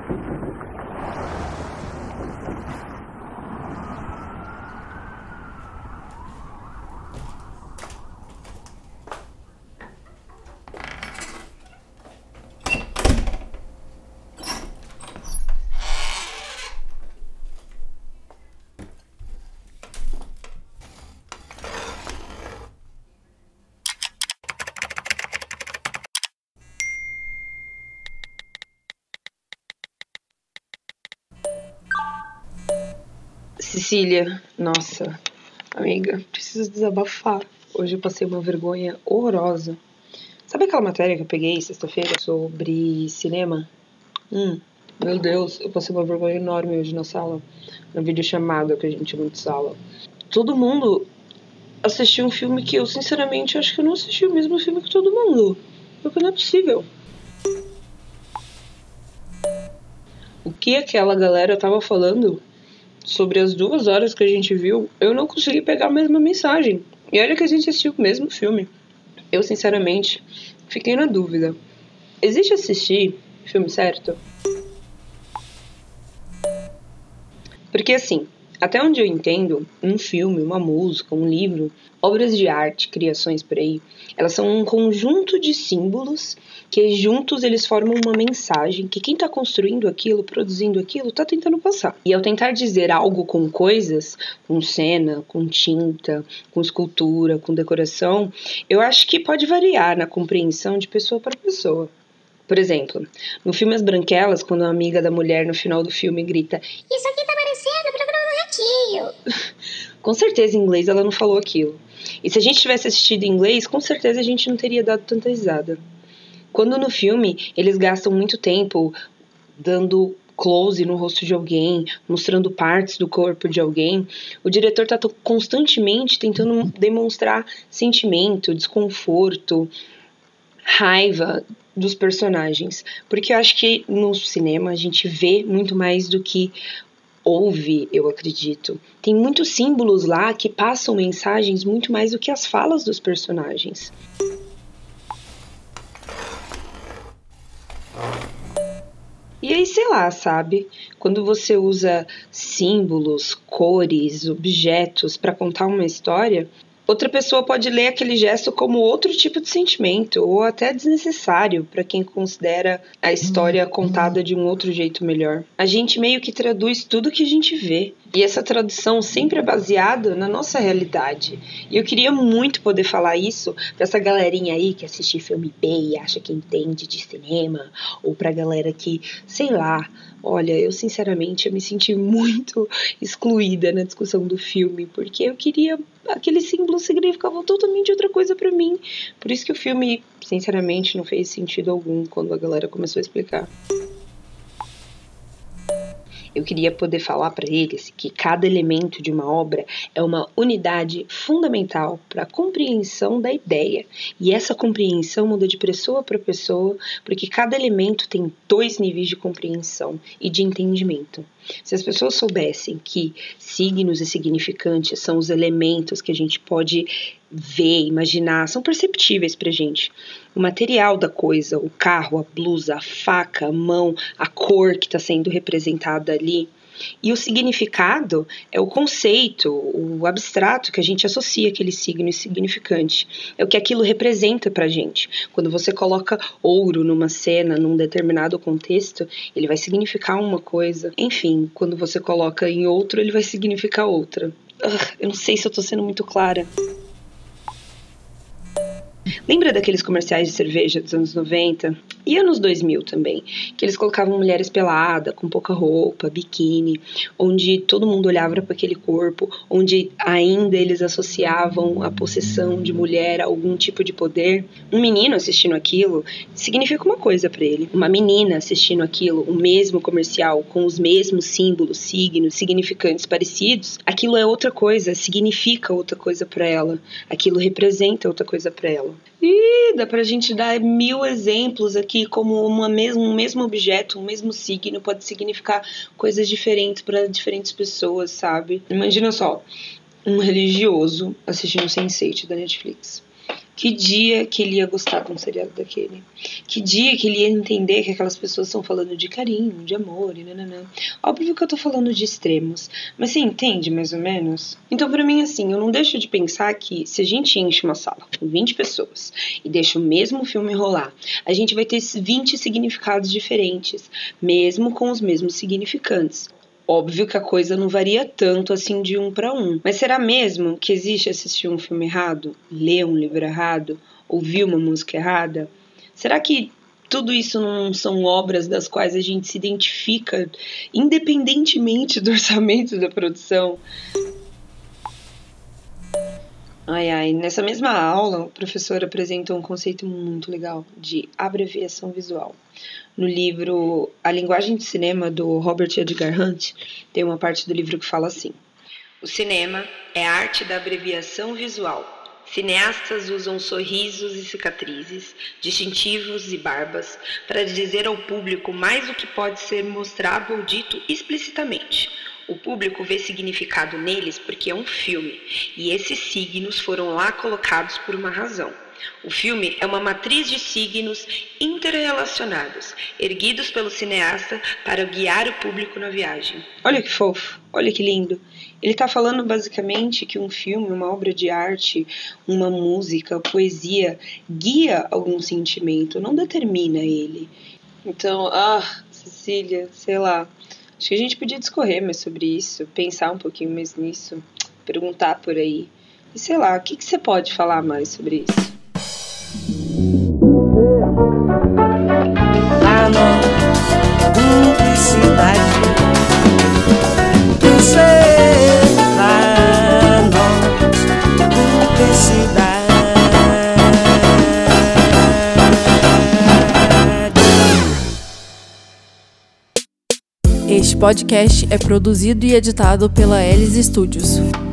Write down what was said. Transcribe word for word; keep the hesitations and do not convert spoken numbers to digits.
Cecília, nossa, amiga, preciso desabafar. Hoje eu passei uma vergonha horrorosa. Sabe aquela matéria que eu peguei sexta-feira sobre cinema? Hum, meu Deus, eu passei uma vergonha enorme hoje na sala, na videochamada que a gente chama de sala. Todo mundo assistiu um filme que eu, sinceramente, acho que eu não assisti o mesmo filme que todo mundo. Porque não é possível. O que aquela galera tava falando sobre as duas horas que a gente viu, eu não consegui pegar a mesma mensagem. E olha que a gente assistiu o mesmo filme. Eu, sinceramente, fiquei na dúvida. Existe assistir filme certo? Porque assim, até onde eu entendo, um filme, uma música, um livro, obras de arte, criações por aí, elas são um conjunto de símbolos que juntos eles formam uma mensagem que quem está construindo aquilo, produzindo aquilo, está tentando passar. E ao tentar dizer algo com coisas, com cena, com tinta, com escultura, com decoração, eu acho que pode variar na compreensão de pessoa para pessoa. Por exemplo, no filme As Branquelas, quando a amiga da mulher no final do filme grita "Isso aqui tá parecendo o programa do Ratinho". Com certeza em inglês ela não falou aquilo. E se a gente tivesse assistido em inglês, com certeza a gente não teria dado tanta risada. Quando no filme eles gastam muito tempo dando close no rosto de alguém, mostrando partes do corpo de alguém, o diretor está constantemente tentando demonstrar sentimento, desconforto, raiva dos personagens. Porque eu acho que no cinema a gente vê muito mais do que ouve, eu acredito. Tem muitos símbolos lá que passam mensagens muito mais do que as falas dos personagens. E aí, sei lá, sabe? Quando você usa símbolos, cores, objetos para contar uma história, outra pessoa pode ler aquele gesto como outro tipo de sentimento, ou até desnecessário para quem considera a história contada de um outro jeito melhor. A gente meio que traduz tudo que a gente vê, e essa tradução sempre é baseada na nossa realidade. E eu queria muito poder falar isso pra essa galerinha aí que assiste filme B e acha que entende de cinema, ou pra galera que, sei lá, olha, eu sinceramente eu me senti muito excluída na discussão do filme, porque eu queria... Aqueles símbolos significavam totalmente outra coisa pra mim. Por isso que o filme, sinceramente, não fez sentido algum quando a galera começou a explicar. Eu queria poder falar para eles que cada elemento de uma obra é uma unidade fundamental para a compreensão da ideia. E essa compreensão muda de pessoa para pessoa, porque cada elemento tem dois níveis de compreensão e de entendimento. Se as pessoas soubessem que signos e significantes são os elementos que a gente pode ver, imaginar, são perceptíveis pra gente. O material da coisa, o carro, a blusa, a faca, a mão, a cor que está sendo representada ali. E o significado é o conceito, o abstrato que a gente associa aquele signo e significante. É o que aquilo representa pra gente. Quando você coloca ouro numa cena, num determinado contexto, ele vai significar uma coisa. Enfim, quando você coloca em outro, ele vai significar outra. Ugh, eu não sei se eu tô sendo muito clara. Lembra daqueles comerciais de cerveja dos anos noventa? E anos dois mil também, que eles colocavam mulheres peladas, com pouca roupa, biquíni, onde todo mundo olhava para aquele corpo, onde ainda eles associavam a possessão de mulher a algum tipo de poder. Um menino assistindo aquilo significa uma coisa para ele. Uma menina assistindo aquilo, o mesmo comercial, com os mesmos símbolos, signos, significantes parecidos, aquilo é outra coisa, significa outra coisa para ela. Aquilo representa outra coisa para ela. E dá pra gente dar mil exemplos aqui, como uma mesmo, um mesmo objeto, um mesmo signo pode significar coisas diferentes para diferentes pessoas, sabe? Imagina só, um religioso assistindo sense eight da Netflix. Que dia que ele ia gostar de um seriado daquele? Que dia que ele ia entender que aquelas pessoas estão falando de carinho, de amor e nananã. Óbvio que eu tô falando de extremos, mas você entende mais ou menos? Então pra mim assim, eu não deixo de pensar que se a gente enche uma sala com vinte pessoas e deixa o mesmo filme rolar, a gente vai ter vinte significados diferentes, mesmo com os mesmos significantes. Óbvio que a coisa não varia tanto assim de um para um. Mas será mesmo que existe assistir um filme errado, ler um livro errado, ouvir uma música errada? Será que tudo isso não são obras das quais a gente se identifica independentemente do orçamento da produção? Ai, ai, nessa mesma aula, o professor apresentou um conceito muito legal de abreviação visual. No livro A Linguagem de Cinema, do Robert Edgar Hunt, tem uma parte do livro que fala assim: o cinema é a arte da abreviação visual. Cineastas usam sorrisos e cicatrizes, distintivos e barbas para dizer ao público mais do que pode ser mostrado ou dito explicitamente. O público vê significado neles porque é um filme, e esses signos foram lá colocados por uma razão. O filme é uma matriz de signos interrelacionados, erguidos pelo cineasta para guiar o público na viagem. Olha que fofo, olha que lindo. Ele está falando basicamente que um filme, uma obra de arte, uma música, poesia, guia algum sentimento, não determina ele. Então, ah, Cecília, sei lá, acho que a gente podia discorrer mais sobre isso, pensar um pouquinho mais nisso, perguntar por aí. E sei lá, o que, que você pode falar mais sobre isso? Ah, não, cumplicidade. Pensei, ah, não, cumplicidade. Este podcast é produzido e editado pela Elis Studios.